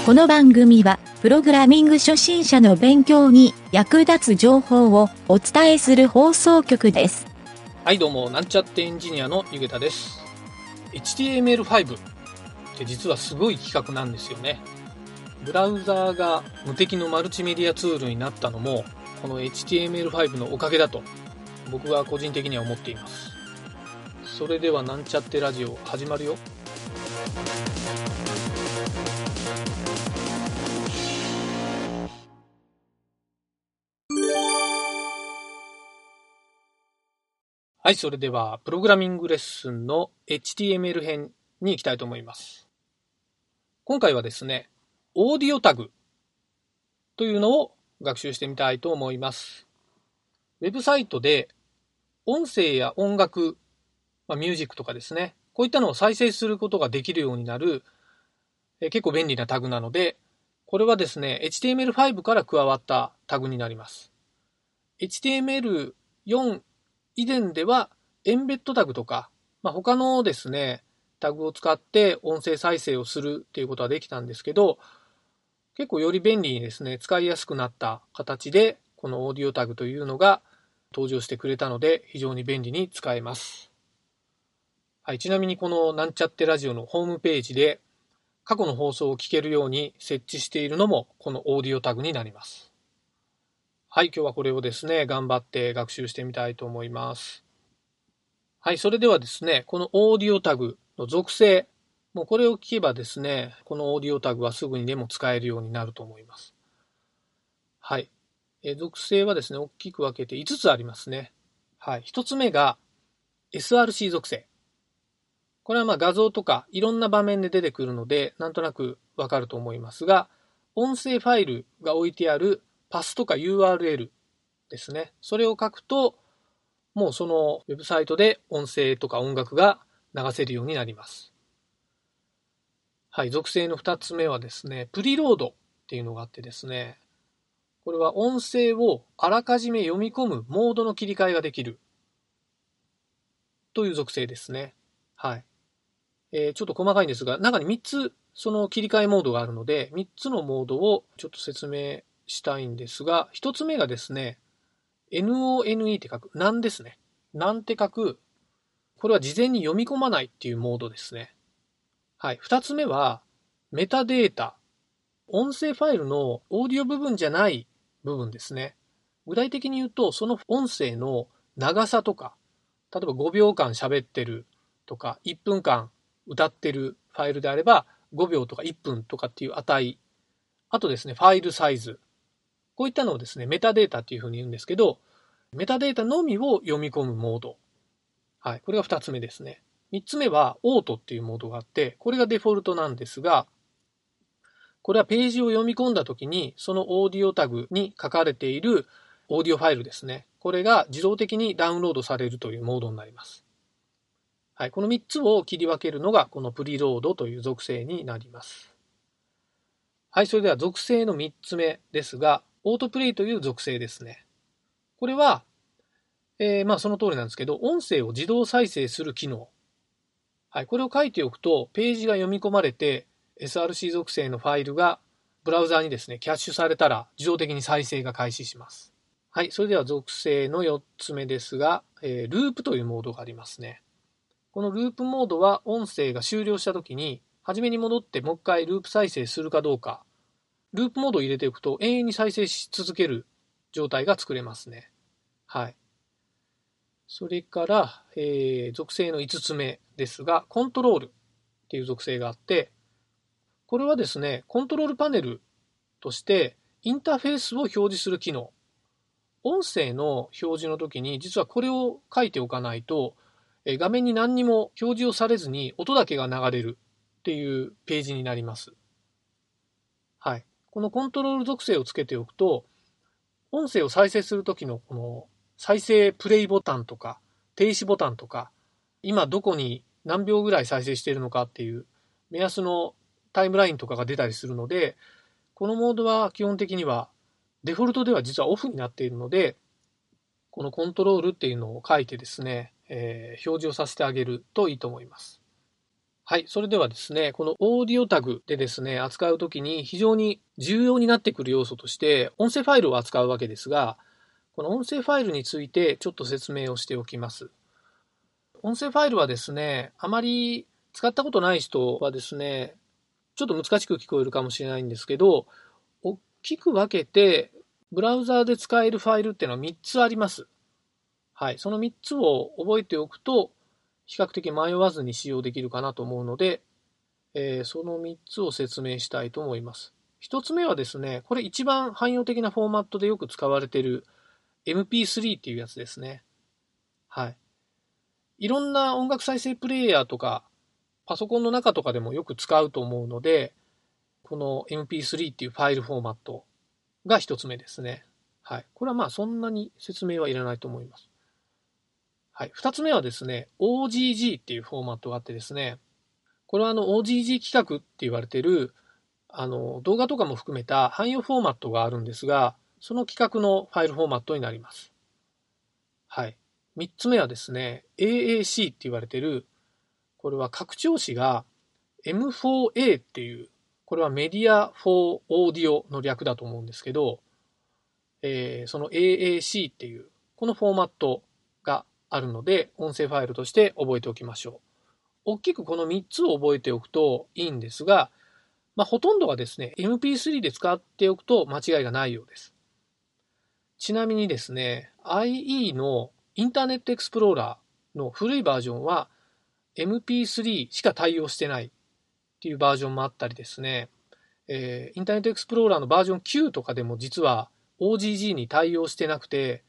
この番組はプログラミング初心者の勉強に役立つ情報をお伝えする放送局です。 はいどうも、なんちゃってエンジニアのゆげたです。 HTML5 って実はすごい企画なんですよね。ブラウザーが無敵のマルチメディアツールになったのもこの HTML5 のおかげだと僕は個人的には思っています。それではなんちゃってラジオ始まるよ。はい、それではプログラミングレッスンの HTML 編に行きたいと思います。今回はですね、オーディオタグというのを学習してみたいと思います。ウェブサイトで音声や音楽、ミュージックとかですね、こういったのを再生することができるようになる結構便利なタグなので、これはですね、HTML5 から加わったタグになります。HTML4 以前ではエンベッドタグとか、他のですね、タグを使って音声再生をするっていうことはできたんですけど、結構より便利にですね、使いやすくなった形で、このオーディオタグというのが登場してくれたので、非常に便利に使えます。はい、ちなみにこのなんちゃってラジオのホームページで、過去の放送を聞けるように設置しているのも、このオーディオタグになります。はい、今日はこれをですね、頑張って学習してみたいと思います。はい、それではですね、このオーディオタグの属性、もうこれを聞けばですね、このオーディオタグはすぐにでも使えるようになると思います。はい。属性はですね、大きく分けて5つありますね。はい。1つ目が SRC 属性。これは画像とかいろんな場面で出てくるので、なんとなくわかると思いますが、音声ファイルが置いてあるパスとか URL ですね。それを書くと、もうそのウェブサイトで音声とか音楽が流せるようになります。はい、属性の2つ目はですね、プリロードっていうのがあってですね、これは音声をあらかじめ読み込むモードの切り替えができるという属性ですね。はい。ちょっと細かいんですが、中に3つその切り替えモードがあるので、3つのモードをちょっと説明したいんですが、1つ目がですね、NONE って書く、なんですね。なんて書く、これは事前に読み込まないっていうモードですね。はい。2つ目は、メタデータ。音声ファイルのオーディオ部分じゃない部分ですね。具体的に言うと、その音声の長さとか、例えば5秒間喋ってるとか、1分間歌ってるファイルであれば、5秒とか1分とかっていう値。あとですね、ファイルサイズ。こういったのをですね、メタデータっていうふうに言うんですけど、メタデータのみを読み込むモード。はい。これが2つ目ですね。3つ目は、オートっていうモードがあって、これがデフォルトなんですが、これはページを読み込んだときに、そのオーディオタグに書かれているオーディオファイルですね。これが自動的にダウンロードされるというモードになります。はい。この3つを切り分けるのが、このプリロードという属性になります。はい。それでは属性の3つ目ですが、オートプレイという属性ですね。これは、その通りなんですけど、音声を自動再生する機能。はい。これを書いておくと、ページが読み込まれて、SRC 属性のファイルがブラウザーにですね、キャッシュされたら自動的に再生が開始します。はい。それでは属性の4つ目ですが、ループというモードがありますね。このループモードは音声が終了したときに、初めに戻ってもう一回ループ再生するかどうか、ループモードを入れておくと永遠に再生し続ける状態が作れますね。はい。それから、属性の5つ目ですが、コントロールっていう属性があって、これはですね、コントロールパネルとしてインターフェースを表示する機能。音声の表示の時に実はこれを書いておかないと、画面に何にも表示をされずに音だけが流れるっていうページになります。はい。このコントロール属性をつけておくと、音声を再生する時のこの再生プレイボタンとか停止ボタンとか、今どこに何秒ぐらい再生しているのかっていう目安のタイムラインとかが出たりするので、このモードは基本的にはデフォルトでは実はオフになっているので、このコントロールっていうのを書いてですね、表示をさせてあげるといいと思います。 はい、それではですね、このオーディオタグでですね、扱うときに非常に重要になってくる要素として、音声ファイルを扱うわけですが、この音声ファイルについてちょっと説明をしておきます。音声ファイルはですね、あまり使ったことない人はですね、ちょっと難しく聞こえるかもしれないんですけど、大きく分けて、ブラウザーで使えるファイルっていうのは3つあります。はい、その3つを覚えておくと、比較的迷わずに使用できるかなと思うので、その3つを説明したいと思います。1つ目はですね、これ一番汎用的なフォーマットでよく使われている MP3 っていうやつですね。はい。いろんな音楽再生プレイヤーとか、パソコンの中とかでもよく使うと思うので、この MP3 っていうファイルフォーマットが1つ目ですね。はい。これはまあそんなに説明はいらないと思います。はい。2つ目はですね、OGG っていうフォーマットがあってですね、これはOGG 規格って言われている動画とかも含めた汎用フォーマットがあるんですが、その規格のファイルフォーマットになります。はい。3つ目はですね、AAC って言われている、これは拡張子が M4A っていう、これはメディア・フォー・オーディオの略だと思うんですけど、その AAC っていう、このフォーマットがあるので、音声ファイルとして覚えておきましょう。大きくこの3つを覚えておくといいんですが、ほとんどがですね、MP3 で使っておくと間違いがないようです。ちなみにですね、IE のインターネットエクスプローラーの古いバージョンは MP3 しか対応してないっていうバージョンもあったりですね、インターネットエクスプローラーのバージョン9とかでも実は OGG に対応してなくて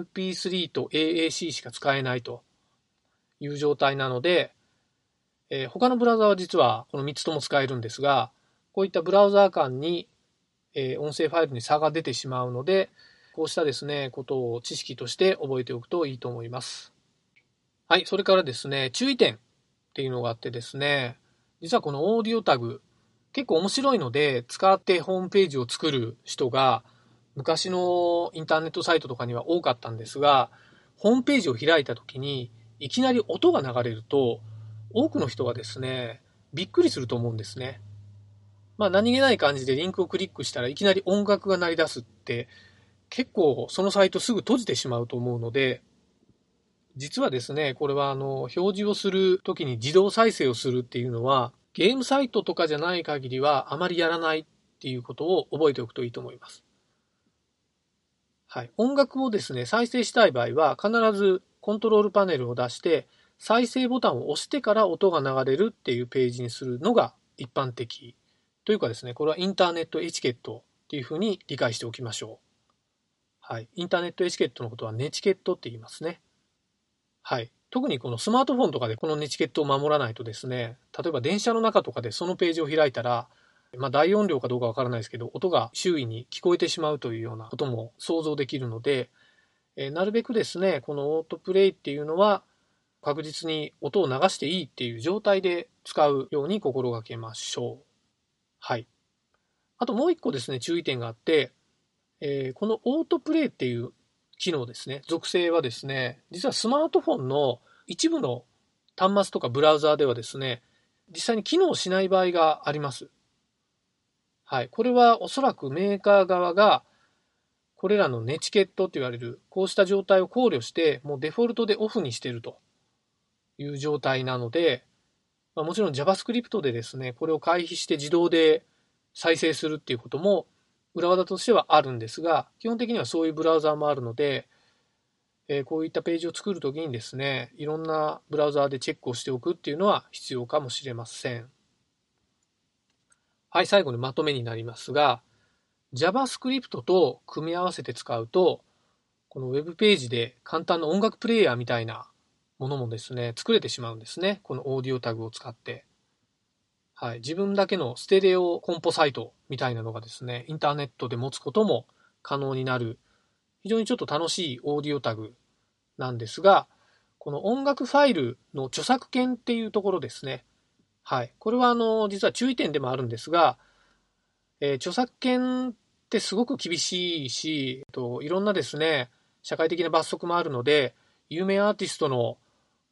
MP3 と AAC しか使えないという状態なので、他のブラウザは実はこの3つとも使えるんですが、こういったブラウザー間に、音声ファイルに差が出てしまうので、こうしたですね、ことを知識として覚えておくといいと思います。はい、それからですね、注意点っていうのがあってですね、実はこのオーディオタグ、結構面白いので、使ってホームページを作る人が、昔のインターネットサイトとかには多かったんですが、ホームページを開いたときに、いきなり音が流れると、多くの人がですね、びっくりすると思うんですね。何気ない感じでリンクをクリックしたらいきなり音楽が鳴り出すって、結構そのサイトすぐ閉じてしまうと思うので、実はですね、これは表示をするときに自動再生をするっていうのは、ゲームサイトとかじゃない限りはあまりやらないっていうことを覚えておくといいと思います。はい。音楽をですね、再生したい場合は必ずコントロールパネルを出して、再生ボタンを押してから音が流れるっていうページにするのが一般的というかですね、これはインターネットエチケットっていうふうに理解しておきましょう。はい。インターネットエチケットのことはネチケットって言いますね。はい。特にこのスマートフォンとかでこのネチケットを守らないとですね、例えば電車の中とかでそのページを開いたら、大音量かどうかわからないですけど、音が周囲に聞こえてしまうというようなことも想像できるので、なるべくですね、このオートプレイっていうのは確実に音を流していいっていう状態で使うように心がけましょう。はい。あともう一個ですね、注意点があって、このオートプレイっていう機能ですね、属性はですね、実はスマートフォンの一部の端末とかブラウザーではですね、実際に機能しない場合があります。はい。これはおそらくメーカー側が、これらのネチケットと言われる、こうした状態を考慮して、もうデフォルトでオフにしているという状態なので、もちろん JavaScript でですね、これを回避して自動で再生するっていうことも裏技としてはあるんですが、基本的にはそういうブラウザーもあるので、こういったページを作るときにですね、いろんなブラウザーでチェックをしておくっていうのは必要かもしれません。はい、最後にまとめになりますが、JavaScript と組み合わせて使うと、このウェブページで簡単な音楽プレイヤーみたいなものもですね、作れてしまうんですね。このオーディオタグを使って。はい、自分だけのステレオコンポサイトみたいなのがですね、インターネットで持つことも可能になる、非常にちょっと楽しいオーディオタグなんですが、この音楽ファイルの著作権っていうところですね。はい。これは実は注意点でもあるんですが、著作権ってすごく厳しいし、いろんなですね、社会的な罰則もあるので、有名アーティストの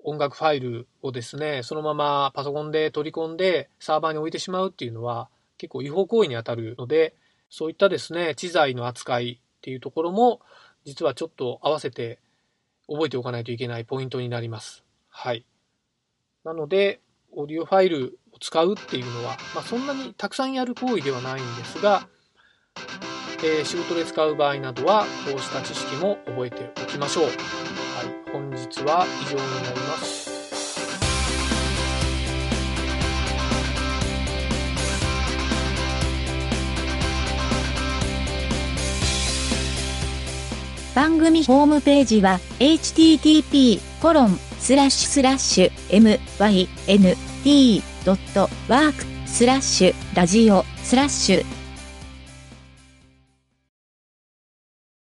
音楽ファイルをですね、そのままパソコンで取り込んでサーバーに置いてしまうっていうのは結構違法行為に当たるので、そういったですね、知財の扱いっていうところも実はちょっと合わせて覚えておかないといけないポイントになります。はい。なので、オーディオファイルを使うっていうのは、そんなにたくさんやる行為ではないんですが、仕事で使う場合などはこうした知識も覚えておきましょう。はい、本日は以上になります。 番組ホームページは http://myn.t.work/ラジオ/